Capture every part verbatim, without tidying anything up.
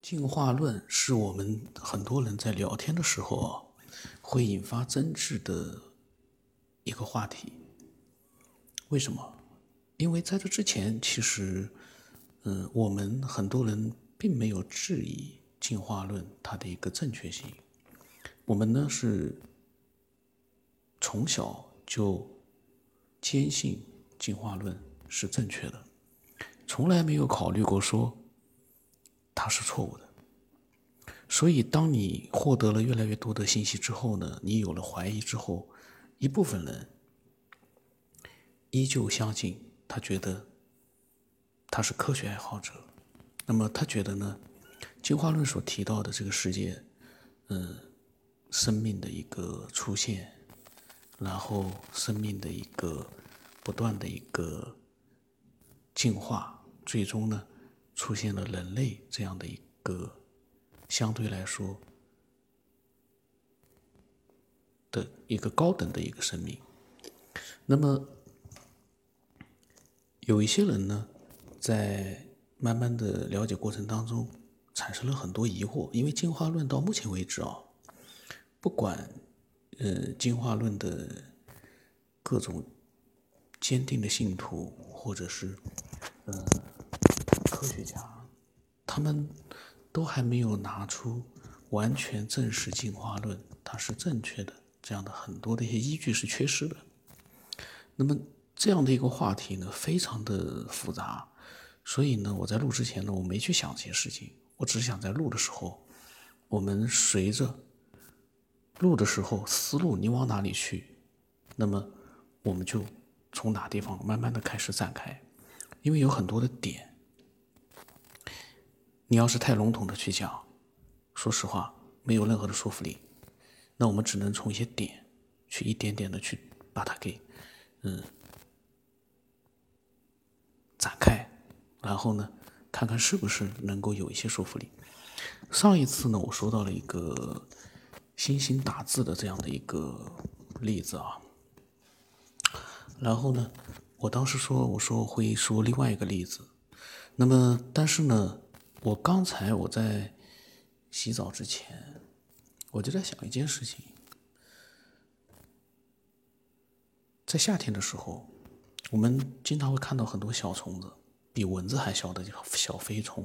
进化论是我们很多人在聊天的时候啊，会引发争执的一个话题。为什么？因为在这之前，其实，嗯、呃，我们很多人并没有质疑进化论它的一个正确性。我们呢是从小就坚信进化论是正确的，从来没有考虑过说它是错误的。所以当你获得了越来越多的信息之后呢，你有了怀疑之后，一部分人依旧相信，他觉得他是科学爱好者，那么他觉得呢，进化论所提到的这个世界，嗯，生命的一个出现，然后生命的一个不断的一个进化，最终呢，出现了人类这样的一个相对来说的一个高等的一个生命。那么有一些人呢，在慢慢的了解过程当中，产生了很多疑惑，因为进化论到目前为止啊，不管呃进化论的各种坚定的信徒，或者是呃科学家，他们都还没有拿出完全证实进化论它是正确的，这样的很多的一些依据是缺失的。那么这样的一个话题呢，非常的复杂，所以呢，我在录之前呢，我没去想这些事情，我只想在录的时候，我们随着录的时候思路你往哪里去，那么我们就从哪地方慢慢的开始展开，因为有很多的点，你要是太笼统的去讲，说实话没有任何的说服力，那我们只能从一些点去一点点的去把它给嗯展开，然后呢，看看是不是能够有一些说服力。上一次呢，我说到了一个星星打字的这样的一个例子啊，然后呢，我当时说我说我会说另外一个例子，那么但是呢，我刚才我在洗澡之前，我就在想一件事情，在夏天的时候，我们经常会看到很多小虫子，比蚊子还小的小飞虫，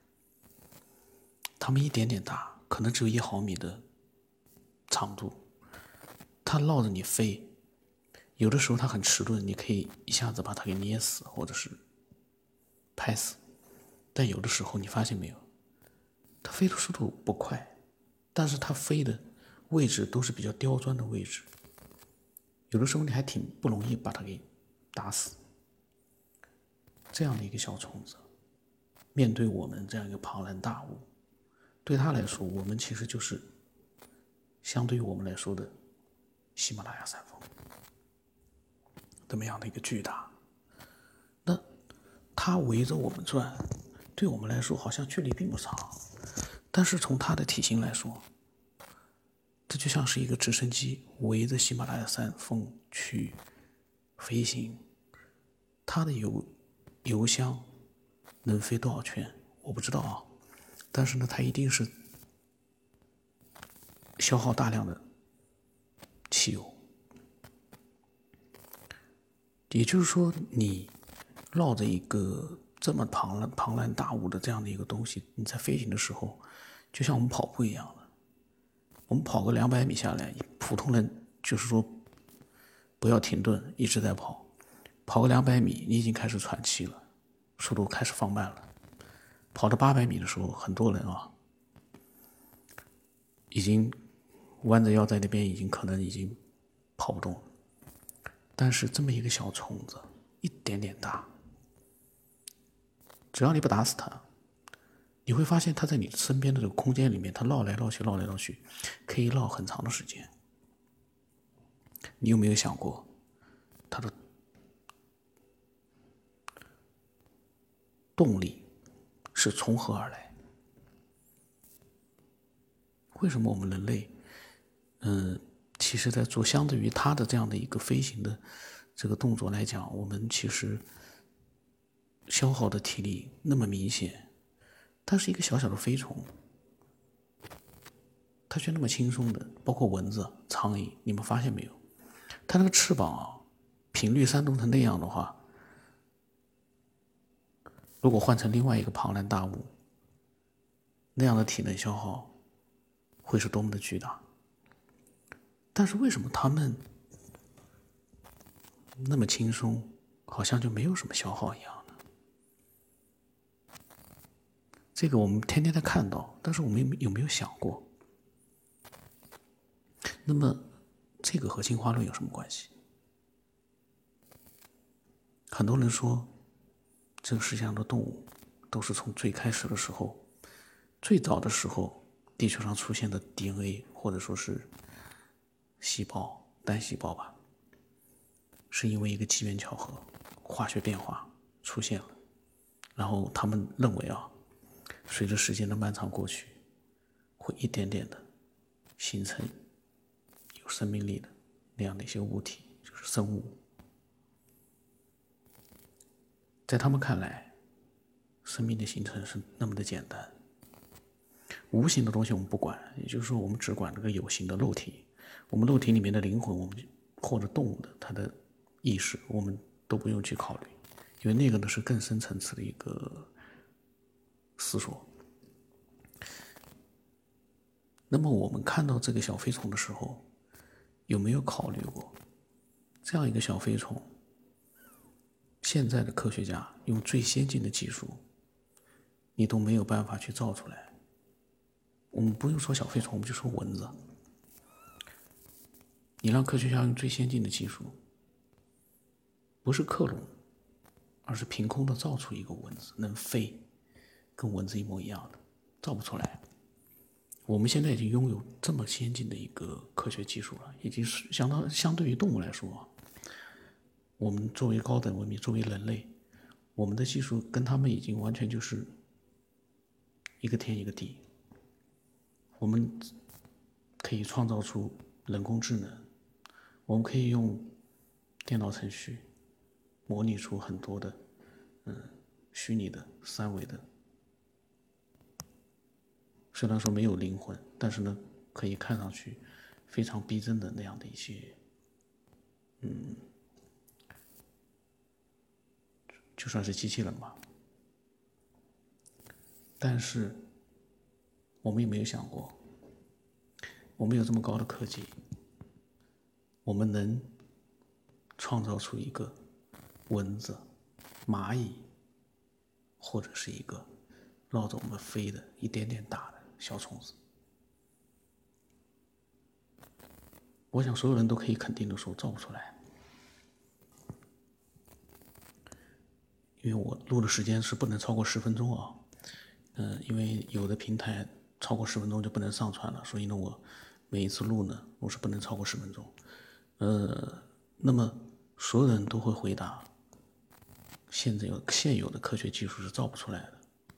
它们一点点大，可能只有一毫米的长度，它绕着你飞，有的时候它很迟钝，你可以一下子把它给捏死，或者是拍死。但有的时候你发现没有，它飞的速度不快，但是它飞的位置都是比较刁钻的位置，有的时候你还挺不容易把它给打死。这样的一个小虫子，面对我们这样一个庞然大物，对它来说，我们其实就是相对于我们来说的喜马拉雅山峰这么样的一个巨大。那它围着我们转，对我们来说好像距离并不长，但是从它的体型来说，这就像是一个直升机围着喜马拉雅山峰去飞行，它的油油箱能飞多少圈我不知道啊，但是呢，它一定是消耗大量的汽油。也就是说，你绕着一个这么庞然庞然大物的这样的一个东西，你在飞行的时候，就像我们跑步一样的，我们跑个两百米下来，普通人就是说不要停顿，一直在跑，跑个两百米，你已经开始喘气了，速度开始放慢了。跑到八百米的时候，很多人啊，已经弯着腰在那边，已经可能已经跑不动了。但是这么一个小虫子，一点点大，只要你不打死它，你会发现它在你身边的这个空间里面，它绕来绕去，绕来绕去，可以绕很长的时间。你有没有想过，它的动力是从何而来？为什么我们人类，嗯，其实在做相对于它的这样的一个飞行的这个动作来讲，我们其实消耗的体力那么明显， 它是一个小小的飞虫，它却那么轻松的，包括蚊子、苍蝇，你们发现没有？它那个翅膀啊，频率煽动成那样的话，如果换成另外一个庞然大物，那样的体能消耗会是多么的巨大。但是为什么他们那么轻松，好像就没有什么消耗一样呢？这个我们天天在看到，但是我们有没有想过，那么这个和进化论有什么关系？很多人说，这个世界上的动物都是从最开始的时候，最早的时候，地球上出现的 D N A 或者说是细胞、单细胞吧，是因为一个机缘巧合、化学变化出现了，然后他们认为啊，随着时间的漫长过去，会一点点的形成有生命力的那样的一些物体，就是生物。在他们看来，生命的形成是那么的简单，无形的东西我们不管，也就是说我们只管这个有形的肉体，我们肉体里面的灵魂，我们或者动物的它的意识，我们都不用去考虑，因为那个呢是更深层次的一个思索。那么我们看到这个小飞虫的时候，有没有考虑过，这样一个小飞虫，现在的科学家用最先进的技术，你都没有办法去造出来。我们不用说小飞虫，我们就说蚊子。你让科学家用最先进的技术，不是克隆，而是凭空的造出一个蚊子能飞，跟蚊子一模一样的，造不出来。我们现在已经拥有这么先进的一个科学技术了，已经是相当相对于动物来说，我们作为高等文明，作为人类，我们的技术跟他们已经完全就是一个天一个地。我们可以创造出人工智能，我们可以用电脑程序模拟出很多的嗯虚拟的三维的，虽然说没有灵魂，但是呢可以看上去非常逼真的那样的一些嗯就算是机器人吧。但是我们有没有想过，我们有这么高的科技，我们能创造出一个蚊子、蚂蚁，或者是一个绕着我们飞的一点点大的小虫子？我想所有人都可以肯定的说造不出来，因为我录的时间是不能超过十分钟啊。嗯，因为有的平台超过十分钟就不能上传了，所以呢，我每一次录呢，我是不能超过十分钟。呃，那么所有人都会回答，现在有现有的科学技术是造不出来的。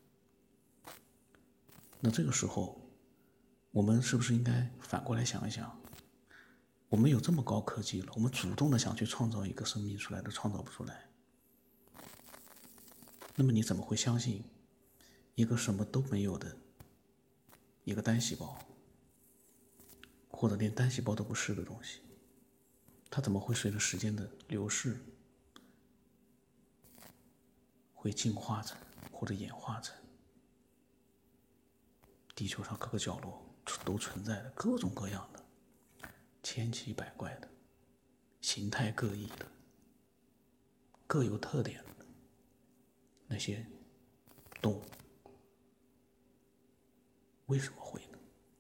那这个时候，我们是不是应该反过来想一想？我们有这么高科技了，我们主动的想去创造一个生命出来，都创造不出来。那么你怎么会相信一个什么都没有的一个单细胞，或者连单细胞都不是的东西，它怎么会随着时间的流逝，会进化成或者演化成地球上各个角落都存在的各种各样的千奇百怪的形态各异的各有特点的那些动物？为什么会呢？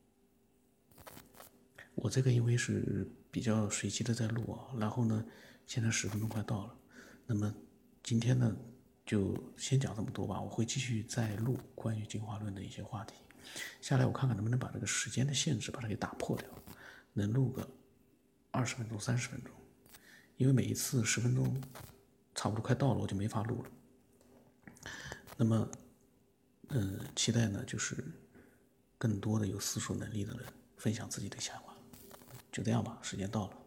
我这个因为是比较随机的在录啊，然后呢，现在十分钟快到了，那么今天呢就先讲这么多吧，我会继续再录关于进化论的一些话题。下来我看看能不能把这个时间的限制把它给打破掉，能录个二十分钟、三十分钟，因为每一次十分钟差不多快到了，我就没法录了。那么，嗯，期待呢就是更多的有思索能力的人分享自己的想法。就这样吧，时间到了。